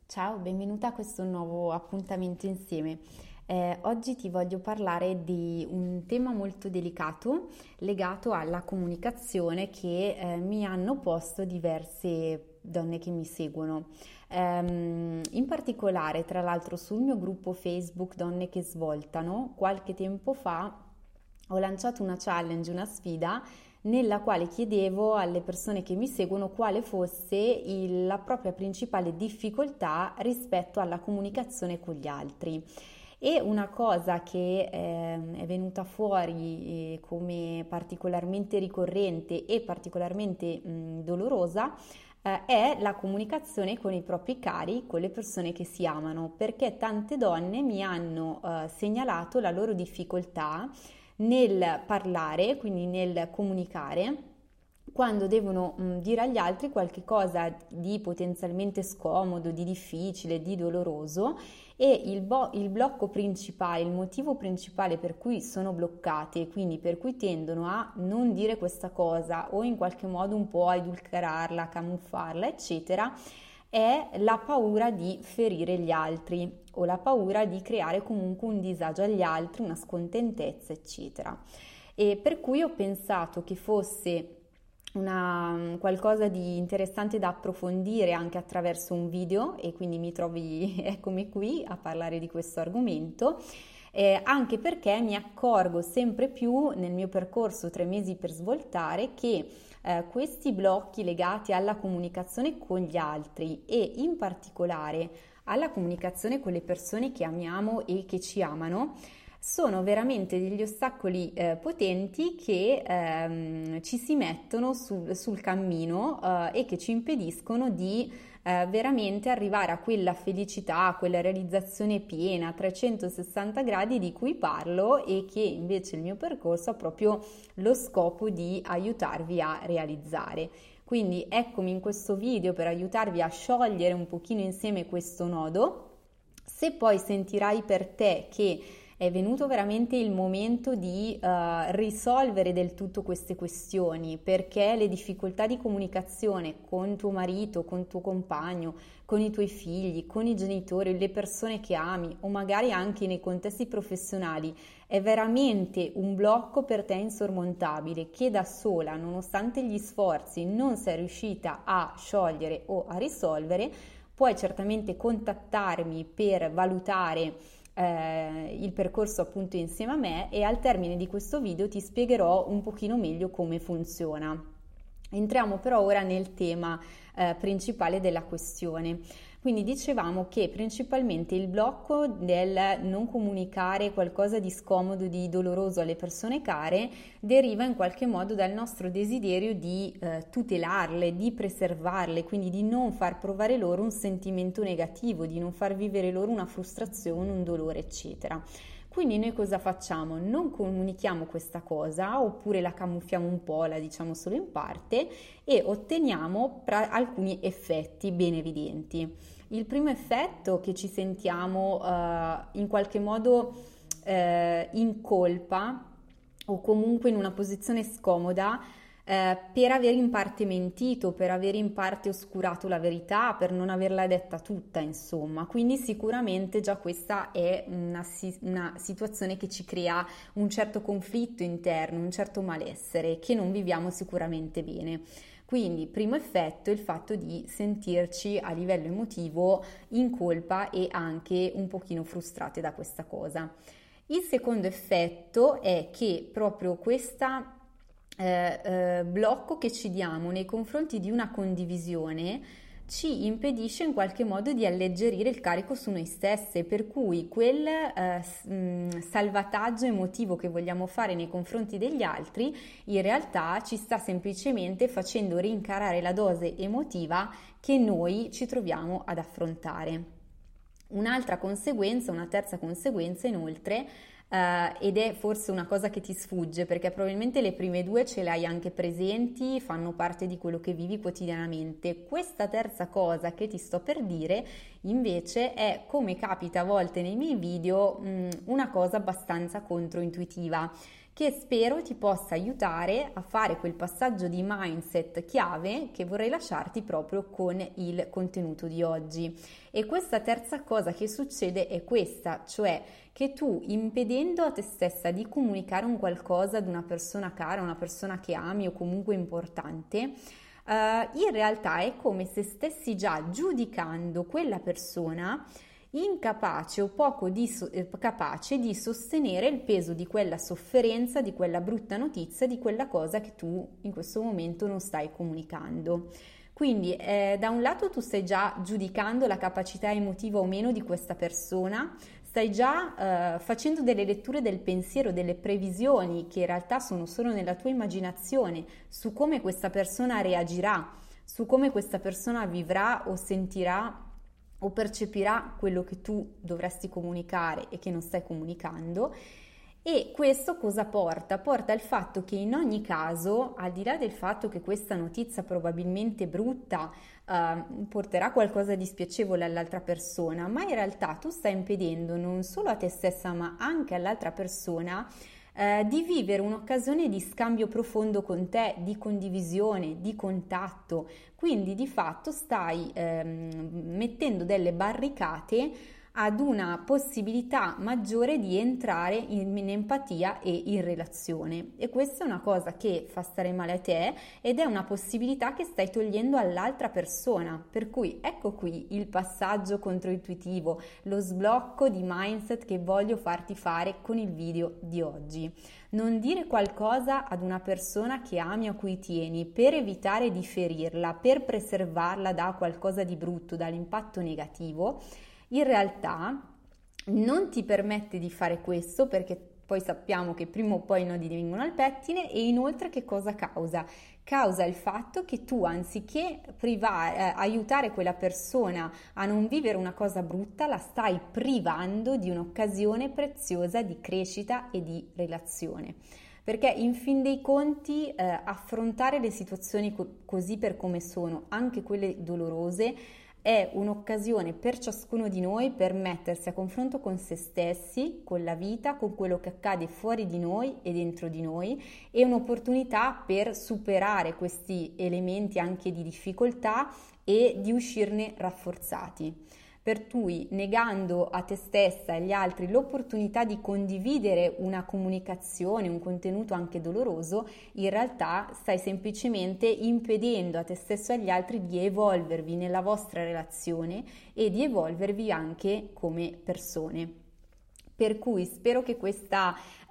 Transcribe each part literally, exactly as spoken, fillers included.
Ciao, benvenuta a questo nuovo appuntamento insieme. Eh, oggi ti voglio parlare di un tema molto delicato legato alla comunicazione che eh, mi hanno posto diverse donne che mi seguono. Ehm, in particolare, tra l'altro, sul mio gruppo Facebook Donne che svoltano, qualche tempo fa ho lanciato una challenge, una sfida nella quale chiedevo alle persone che mi seguono quale fosse il- la propria principale difficoltà rispetto alla comunicazione con gli altri. E una cosa che ehm, è venuta fuori eh, come particolarmente ricorrente e particolarmente mh, dolorosa eh, è la comunicazione con i propri cari, con le persone che si amano, perché tante donne mi hanno eh, segnalato la loro difficoltà nel parlare, quindi nel comunicare, quando devono mh, dire agli altri qualche cosa di potenzialmente scomodo, di difficile, di doloroso e il, bo- il blocco principale, il motivo principale per cui sono bloccate, quindi per cui tendono a non dire questa cosa o in qualche modo un po' a edulcorarla, camuffarla, eccetera, è la paura di ferire gli altri o la paura di creare comunque un disagio agli altri, una scontentezza, eccetera. E per cui ho pensato che fosse una, qualcosa di interessante da approfondire anche attraverso un video e quindi mi trovi, eccomi qui a parlare di questo argomento. Eh, anche perché mi accorgo sempre più nel mio percorso tre mesi per svoltare che eh, questi blocchi legati alla comunicazione con gli altri e in particolare alla comunicazione con le persone che amiamo e che ci amano sono veramente degli ostacoli eh, potenti che ehm, ci si mettono sul, sul cammino eh, e che ci impediscono di eh, veramente arrivare a quella felicità, a quella realizzazione piena a trecentosessanta gradi di cui parlo e che invece il mio percorso ha proprio lo scopo di aiutarvi a realizzare. Quindi eccomi in questo video per aiutarvi a sciogliere un pochino insieme questo nodo. Se poi sentirai per te che è venuto veramente il momento di uh, risolvere del tutto queste questioni, perché le difficoltà di comunicazione con tuo marito, con tuo compagno, con i tuoi figli, con i genitori, le persone che ami o magari anche nei contesti professionali è veramente un blocco per te insormontabile che da sola, nonostante gli sforzi, non sei riuscita a sciogliere o a risolvere, puoi certamente contattarmi per valutare eh, il percorso appunto insieme a me e al termine di questo video ti spiegherò un pochino meglio come funziona. Entriamo però ora nel tema eh, principale della questione. Quindi dicevamo che principalmente il blocco del non comunicare qualcosa di scomodo, di doloroso alle persone care deriva in qualche modo dal nostro desiderio di eh, tutelarle, di preservarle, quindi di non far provare loro un sentimento negativo, di non far vivere loro una frustrazione, un dolore, eccetera. Quindi noi cosa facciamo? Non comunichiamo questa cosa oppure la camuffiamo un po', la diciamo solo in parte e otteniamo pra- alcuni effetti ben evidenti. Il primo effetto che ci sentiamo eh, in qualche modo eh, in colpa o comunque in una posizione scomoda eh, per aver in parte mentito, per aver in parte oscurato la verità, per non averla detta tutta, insomma. Quindi sicuramente già questa è una, una situazione che ci crea un certo conflitto interno, un certo malessere che non viviamo sicuramente bene. Quindi, primo effetto, il fatto di sentirci a livello emotivo in colpa e anche un pochino frustrate da questa cosa. Il secondo effetto è che proprio questa eh, eh, blocco che ci diamo nei confronti di una condivisione ci impedisce in qualche modo di alleggerire il carico su noi stesse, per cui quel eh, salvataggio emotivo che vogliamo fare nei confronti degli altri in realtà ci sta semplicemente facendo rincarare la dose emotiva che noi ci troviamo ad affrontare. Un'altra conseguenza, una terza conseguenza inoltre, Uh, ed è forse una cosa che ti sfugge perché probabilmente le prime due ce le hai anche presenti, fanno parte di quello che vivi quotidianamente. Questa terza cosa che ti sto per dire invece è, come capita a volte nei miei video, mh, una cosa abbastanza controintuitiva che spero ti possa aiutare a fare quel passaggio di mindset chiave che vorrei lasciarti proprio con il contenuto di oggi. E questa terza cosa che succede è questa, cioè che tu, impedendo a te stessa di comunicare un qualcosa ad una persona cara, una persona che ami o comunque importante, Uh, in realtà è come se stessi già giudicando quella persona incapace o poco di so- eh, capace di sostenere il peso di quella sofferenza, di quella brutta notizia, di quella cosa che tu in questo momento non stai comunicando. Quindi eh, da un lato tu stai già giudicando la capacità emotiva o meno di questa persona, stai già eh, facendo delle letture del pensiero, delle previsioni che in realtà sono solo nella tua immaginazione su come questa persona reagirà, su come questa persona vivrà o sentirà o percepirà quello che tu dovresti comunicare e che non stai comunicando. E questo cosa porta? Porta al fatto che in ogni caso, al di là del fatto che questa notizia probabilmente brutta eh, porterà qualcosa di spiacevole all'altra persona, ma in realtà tu stai impedendo non solo a te stessa ma anche all'altra persona eh, di vivere un'occasione di scambio profondo con te, di condivisione, di contatto. Quindi di fatto stai ehm, mettendo delle barricate ad una possibilità maggiore di entrare in, in empatia e in relazione, e questa è una cosa che fa stare male a te ed è una possibilità che stai togliendo all'altra persona, per cui ecco qui il passaggio controintuitivo, lo sblocco di mindset che voglio farti fare con il video di oggi. Non dire qualcosa ad una persona che ami o a cui tieni per evitare di ferirla, per preservarla da qualcosa di brutto, dall'impatto negativo, in realtà non ti permette di fare questo, perché poi sappiamo che prima o poi i nodi vengono al pettine. E inoltre che cosa causa? Causa il fatto che tu, anziché privare, eh, aiutare quella persona a non vivere una cosa brutta, la stai privando di un'occasione preziosa di crescita e di relazione. Perché in fin dei conti eh, affrontare le situazioni co- così per come sono, anche quelle dolorose, è un'occasione per ciascuno di noi per mettersi a confronto con se stessi, con la vita, con quello che accade fuori di noi e dentro di noi, e un'opportunità per superare questi elementi anche di difficoltà e di uscirne rafforzati. Per cui, negando a te stessa e agli altri l'opportunità di condividere una comunicazione, un contenuto anche doloroso, in realtà stai semplicemente impedendo a te stesso e agli altri di evolvervi nella vostra relazione e di evolvervi anche come persone. Per cui spero che questa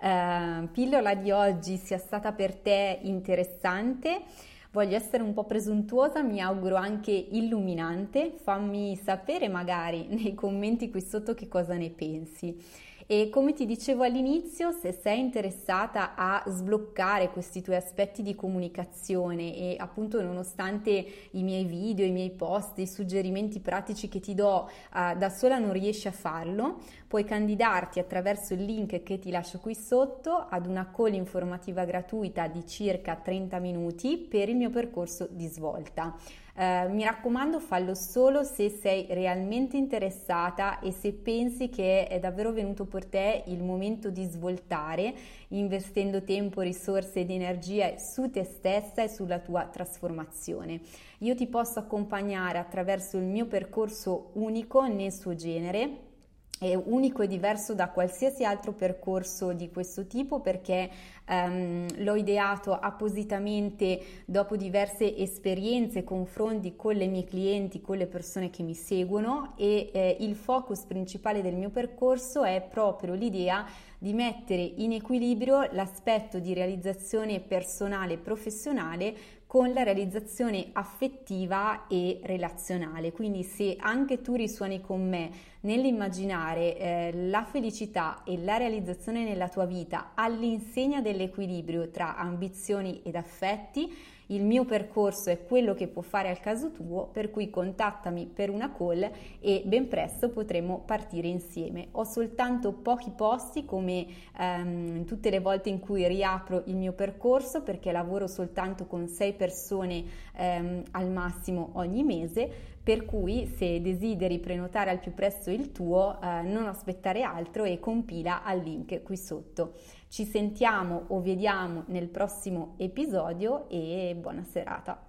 eh, pillola di oggi sia stata per te interessante. Voglio essere un po' presuntuosa, mi auguro anche illuminante. Fammi sapere magari nei commenti qui sotto che cosa ne pensi. E come ti dicevo all'inizio, se sei interessata a sbloccare questi tuoi aspetti di comunicazione e appunto nonostante i miei video, i miei post, i suggerimenti pratici che ti do, uh, da sola non riesci a farlo, puoi candidarti attraverso il link che ti lascio qui sotto ad una call informativa gratuita di circa trenta minuti per il mio percorso di svolta. Uh, mi raccomando, fallo solo se sei realmente interessata e se pensi che è davvero venuto per te il momento di svoltare, investendo tempo, risorse ed energie su te stessa e sulla tua trasformazione. Io ti posso accompagnare attraverso il mio percorso unico nel suo genere. È unico e diverso da qualsiasi altro percorso di questo tipo, perché um, l'ho ideato appositamente dopo diverse esperienze, confronti con le mie clienti, con le persone che mi seguono, e eh, il focus principale del mio percorso è proprio l'idea di mettere in equilibrio l'aspetto di realizzazione personale e professionale con la realizzazione affettiva e relazionale. Quindi se anche tu risuoni con me nell'immaginare eh, la felicità e la realizzazione nella tua vita all'insegna dell'equilibrio tra ambizioni ed affetti, il mio percorso è quello che può fare al caso tuo, per cui contattami per una call e ben presto potremo partire insieme. Ho soltanto pochi posti, come ehm, tutte le volte in cui riapro il mio percorso, perché lavoro soltanto con sei persone ehm, al massimo ogni mese, per cui se desideri prenotare al più presto il tuo, eh, non aspettare altro e compila al link qui sotto. Ci sentiamo o vediamo nel prossimo episodio e buona serata.